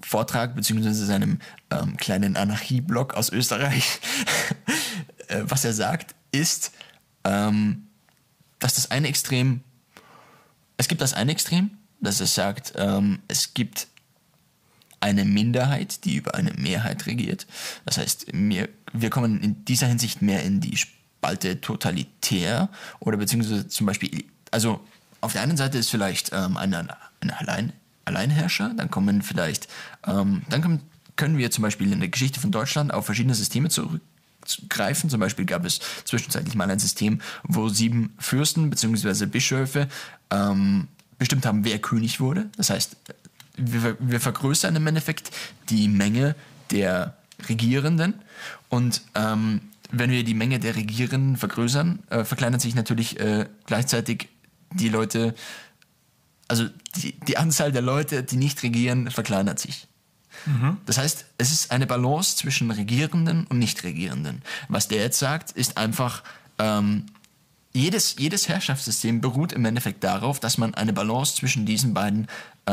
Vortrag beziehungsweise seinem kleinen Anarchie-Blog aus Österreich, was er sagt, ist, dass das eine Extrem, es gibt das eine Extrem, dass er sagt, es gibt eine Minderheit, die über eine Mehrheit regiert. Das heißt, wir kommen in dieser Hinsicht mehr in die Spalte totalitär oder beziehungsweise zum Beispiel, also auf der einen Seite ist vielleicht eine Alleinherrscher, dann kommen vielleicht, können wir zum Beispiel in der Geschichte von Deutschland auf verschiedene Systeme zurückgreifen. Zum Beispiel gab es zwischenzeitlich mal ein System, wo 7 Fürsten bzw. Bischöfe bestimmt haben, wer König wurde. Das heißt, wir vergrößern im Endeffekt die Menge der Regierenden und wenn wir die Menge der Regierenden vergrößern, verkleinert sich natürlich gleichzeitig die Leute, also die Anzahl der Leute, die nicht regieren, verkleinert sich. Das heißt, es ist eine Balance zwischen Regierenden und Nicht-Regierenden. Was der jetzt sagt, ist einfach, jedes Herrschaftssystem beruht im Endeffekt darauf, dass man eine Balance zwischen diesen beiden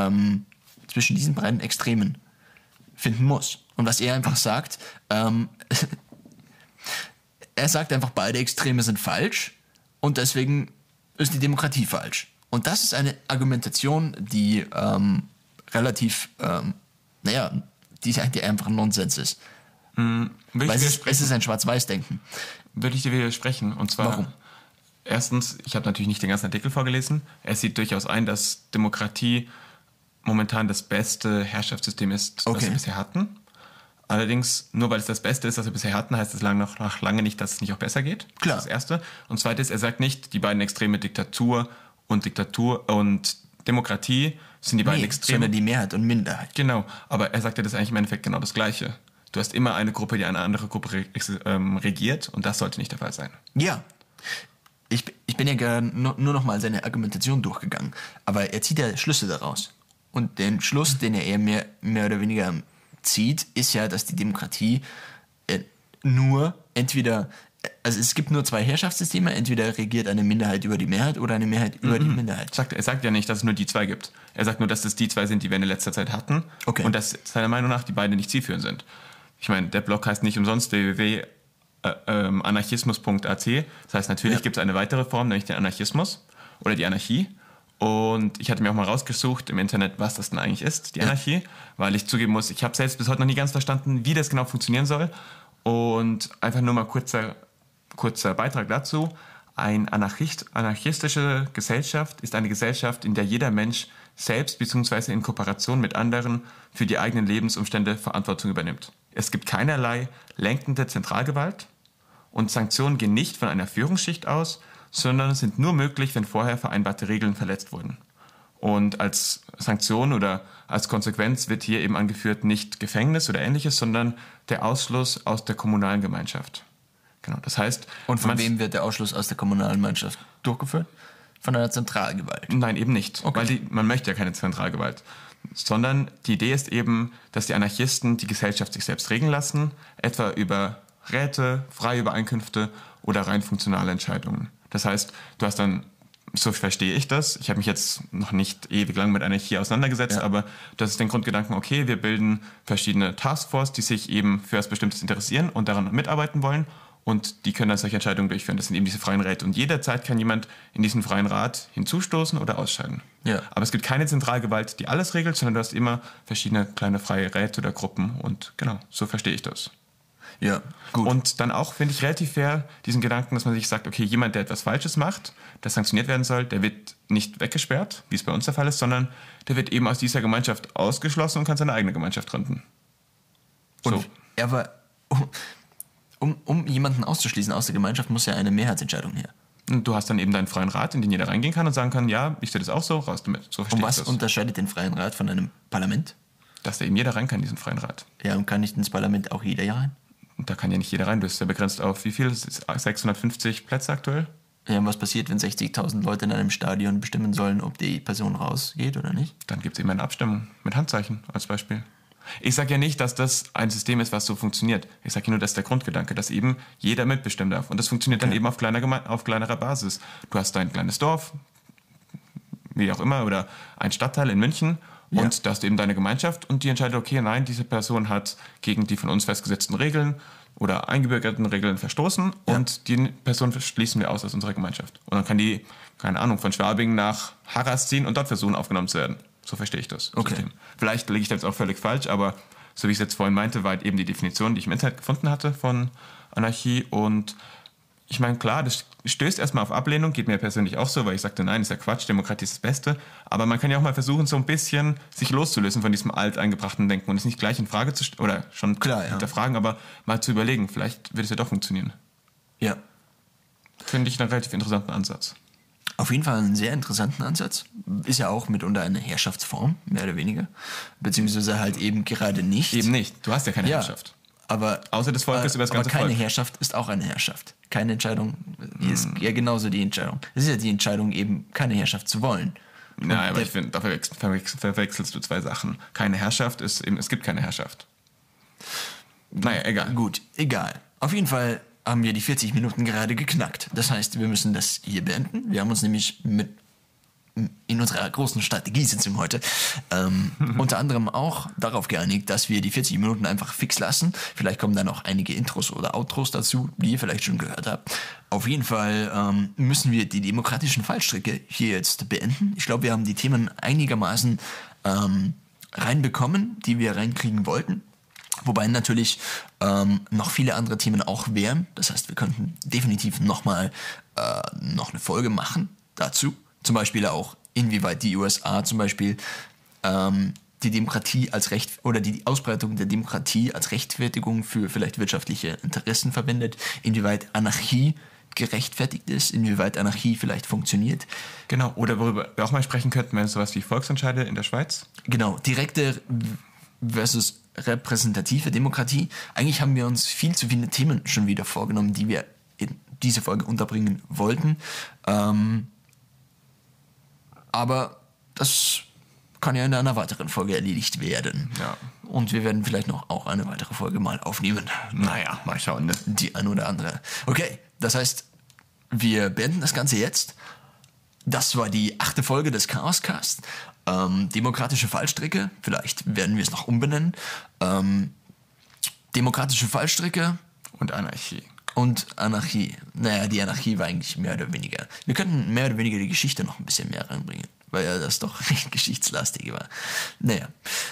Extremen finden muss. Und was er einfach sagt, er sagt einfach, beide Extreme sind falsch und deswegen ist die Demokratie falsch. Und das ist eine Argumentation, die relativ, die einfach Nonsens ist. Weil es ist ein Schwarz-Weiß-Denken. Würde ich dir widersprechen. Und zwar, warum? Erstens, ich habe natürlich nicht den ganzen Artikel vorgelesen. Er sieht durchaus ein, dass Demokratie momentan das beste Herrschaftssystem ist, das wir bisher hatten. Allerdings, nur weil es das Beste ist, was wir bisher hatten, heißt es noch lange nicht, dass es nicht auch besser geht. Klar. Das ist das Erste. Und Zweites, er sagt nicht, die beiden Extreme Diktatur und Demokratie sind die beiden Extreme. Sondern die Mehrheit und Minderheit. Genau, aber er sagt ja das eigentlich im Endeffekt genau das Gleiche. Du hast immer eine Gruppe, die eine andere Gruppe regiert und das sollte nicht der Fall sein. Ja, ich bin ja gerade nur noch mal seine Argumentation durchgegangen, aber er zieht ja Schlüsse daraus. Und den Schluss, den er eher mehr oder weniger zieht, ist ja, dass die Demokratie nur entweder, also es gibt nur 2 Herrschaftssysteme, entweder regiert eine Minderheit über die Mehrheit oder eine Mehrheit über die Minderheit. Er sagt ja nicht, dass es nur die 2 gibt. Er sagt nur, dass es die 2 sind, die wir in letzter Zeit hatten und dass seiner Meinung nach die beiden nicht zielführend sind. Ich meine, der Blog heißt nicht umsonst www.anarchismus.at. Das heißt, natürlich gibt es eine weitere Form, nämlich den Anarchismus oder die Anarchie. Und ich hatte mir auch mal rausgesucht im Internet, was das denn eigentlich ist, die Anarchie, weil ich zugeben muss, ich habe selbst bis heute noch nie ganz verstanden, wie das genau funktionieren soll. Und einfach nur mal kurzer Beitrag dazu. Eine anarchistische Gesellschaft ist eine Gesellschaft, in der jeder Mensch selbst bzw. in Kooperation mit anderen für die eigenen Lebensumstände Verantwortung übernimmt. Es gibt keinerlei lenkende Zentralgewalt und Sanktionen gehen nicht von einer Führungsschicht aus, sondern sind nur möglich, wenn vorher vereinbarte Regeln verletzt wurden. Und als Sanktion oder als Konsequenz wird hier eben angeführt nicht Gefängnis oder Ähnliches, sondern der Ausschluss aus der kommunalen Gemeinschaft. Genau, das heißt... Und von wem wird der Ausschluss aus der kommunalen Gemeinschaft durchgeführt? Von einer Zentralgewalt? Nein, eben nicht, weil man möchte ja keine Zentralgewalt. Sondern die Idee ist eben, dass die Anarchisten die Gesellschaft sich selbst regeln lassen, etwa über Räte, freie Übereinkünfte oder rein funktionale Entscheidungen. Das heißt, du hast dann, so verstehe ich das, ich habe mich jetzt noch nicht ewig lang mit Anarchie auseinandergesetzt, aber das ist den Grundgedanken, okay, wir bilden verschiedene Taskforce, die sich eben für etwas Bestimmtes interessieren und daran mitarbeiten wollen und die können dann solche Entscheidungen durchführen. Das sind eben diese freien Räte und jederzeit kann jemand in diesen freien Rat hinzustoßen oder ausscheiden. Ja. Aber es gibt keine Zentralgewalt, die alles regelt, sondern du hast immer verschiedene kleine freie Räte oder Gruppen und genau, so verstehe ich das. Ja, gut. Und dann auch finde ich relativ fair diesen Gedanken, dass man sich sagt, okay, jemand, der etwas Falsches macht, das sanktioniert werden soll, der wird nicht weggesperrt, wie es bei uns der Fall ist, sondern der wird eben aus dieser Gemeinschaft ausgeschlossen und kann seine eigene Gemeinschaft gründen. So. Und aber um jemanden auszuschließen aus der Gemeinschaft, muss ja eine Mehrheitsentscheidung her. Und du hast dann eben deinen freien Rat, in den jeder reingehen kann und sagen kann, ja, ich sehe das auch so, raus damit. So und was unterscheidet den freien Rat von einem Parlament? Dass da eben jeder rein kann in diesen freien Rat. Ja, und kann nicht ins Parlament auch jeder rein? Da kann ja nicht jeder rein. Du bist ja begrenzt auf wie viel? 650 Plätze aktuell? Ja, und was passiert, wenn 60.000 Leute in einem Stadion bestimmen sollen, ob die Person rausgeht oder nicht? Dann gibt es eben eine Abstimmung mit Handzeichen als Beispiel. Ich sage ja nicht, dass das ein System ist, was so funktioniert. Ich sage ja nur, das ist der Grundgedanke, dass eben jeder mitbestimmen darf. Und das funktioniert dann eben auf kleinerer Basis. Du hast ein kleines Dorf, wie auch immer, oder ein Stadtteil in München Und da hast du eben deine Gemeinschaft und die entscheidet, okay, nein, diese Person hat gegen die von uns festgesetzten Regeln oder eingebürgerten Regeln verstoßen und die Person schließen wir aus unserer Gemeinschaft. Und dann kann die, keine Ahnung, von Schwabing nach Harras ziehen und dort versuchen, aufgenommen zu werden. So verstehe ich das. Okay. Vielleicht liege ich da jetzt auch völlig falsch, aber so wie ich es jetzt vorhin meinte, war halt eben die Definition, die ich im Internet gefunden hatte von Anarchie. Und ich meine, klar, das stößt erstmal auf Ablehnung, geht mir persönlich auch so, weil ich sagte, nein, ist ja Quatsch, Demokratie ist das Beste. Aber man kann ja auch mal versuchen, so ein bisschen sich loszulösen von diesem alteingebrachten Denken und es nicht gleich in Frage zu stellen, oder schon hinterfragen, aber mal zu überlegen, vielleicht wird es ja doch funktionieren. Ja. Finde ich einen relativ interessanten Ansatz. Auf jeden Fall einen sehr interessanten Ansatz. Ist ja auch mitunter eine Herrschaftsform, mehr oder weniger. Beziehungsweise halt eben gerade nicht. Eben nicht. Du hast ja keine Herrschaft. Aber außer des Volkes über das ganze Volk. Aber keine Herrschaft ist auch eine Herrschaft. Keine Entscheidung ist ja genauso die Entscheidung. Es ist ja die Entscheidung, eben keine Herrschaft zu wollen. Nein, aber ich finde, da verwechselst du zwei Sachen. Keine Herrschaft ist eben, es gibt keine Herrschaft. Naja, egal. Gut, egal. Auf jeden Fall haben wir die 40 Minuten gerade geknackt. Das heißt, wir müssen das hier beenden. Wir haben uns nämlich in unserer großen Strategiesitzung heute unter anderem auch darauf geeinigt, dass wir die 40 Minuten einfach fix lassen. Vielleicht kommen dann noch einige Intros oder Outros dazu, die ihr vielleicht schon gehört habt. Auf jeden Fall müssen wir die demokratischen Fallstricke hier jetzt beenden. Ich glaube, wir haben die Themen einigermaßen reinbekommen, die wir reinkriegen wollten. Wobei natürlich noch viele andere Themen auch wären. Das heißt, wir könnten definitiv noch eine Folge machen dazu. Zum Beispiel auch, inwieweit die USA zum Beispiel die Demokratie als Recht oder die Ausbreitung der Demokratie als Rechtfertigung für vielleicht wirtschaftliche Interessen verwendet, inwieweit Anarchie gerechtfertigt ist, inwieweit Anarchie vielleicht funktioniert. Genau, oder worüber wir auch mal sprechen könnten, wären sowas wie Volksentscheide in der Schweiz. Genau, direkte versus repräsentative Demokratie. Eigentlich haben wir uns viel zu viele Themen schon wieder vorgenommen, die wir in diese Folge unterbringen wollten. Aber das kann ja in einer weiteren Folge erledigt werden. Ja. Und wir werden vielleicht noch auch eine weitere Folge mal aufnehmen. Naja, mal schauen. Ne? Die ein oder andere. Okay, das heißt, wir beenden das Ganze jetzt. Das war die 8. Folge des Chaoscast. Demokratische Fallstricke. Vielleicht werden wir es noch umbenennen. Demokratische Fallstricke. Und Anarchie. Und Anarchie. Naja, die Anarchie war eigentlich mehr oder weniger. Wir könnten mehr oder weniger die Geschichte noch ein bisschen mehr reinbringen, weil ja das doch recht geschichtslastig war. Naja,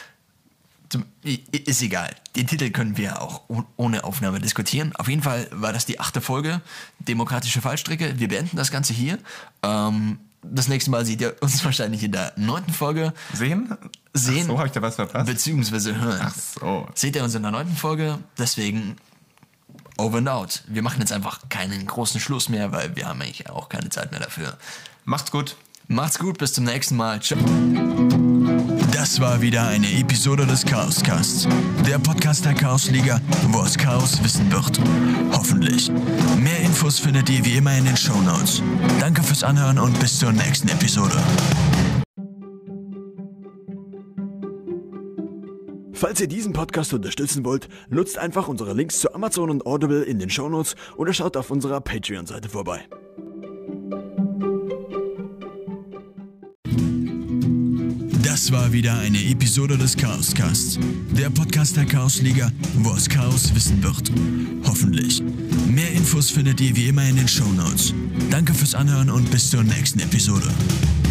ist egal. Den Titel können wir auch ohne Aufnahme diskutieren. Auf jeden Fall war das die 8. Folge, Demokratische Fallstricke. Wir beenden das Ganze hier. Das nächste Mal seht ihr uns wahrscheinlich in der 9. Folge. Sehen? Ach so, habe ich da was verpasst? Beziehungsweise hören. Ach so. Seht ihr uns in der 9. Folge. Deswegen over and out. Wir machen jetzt einfach keinen großen Schluss mehr, weil wir haben eigentlich auch keine Zeit mehr dafür. Macht's gut. Macht's gut, bis zum nächsten Mal. Ciao. Das war wieder eine Episode des Chaoscasts. Der Podcast der Chaosliga, wo es Chaos wissen wird. Hoffentlich. Mehr Infos findet ihr wie immer in den Shownotes. Danke fürs Anhören und bis zur nächsten Episode. Falls ihr diesen Podcast unterstützen wollt, nutzt einfach unsere Links zu Amazon und Audible in den Shownotes oder schaut auf unserer Patreon-Seite vorbei. Das war wieder eine Episode des Chaoscasts. Der Podcast der Chaosliga, wo es Chaos wissen wird. Hoffentlich. Mehr Infos findet ihr wie immer in den Shownotes. Danke fürs Anhören und bis zur nächsten Episode.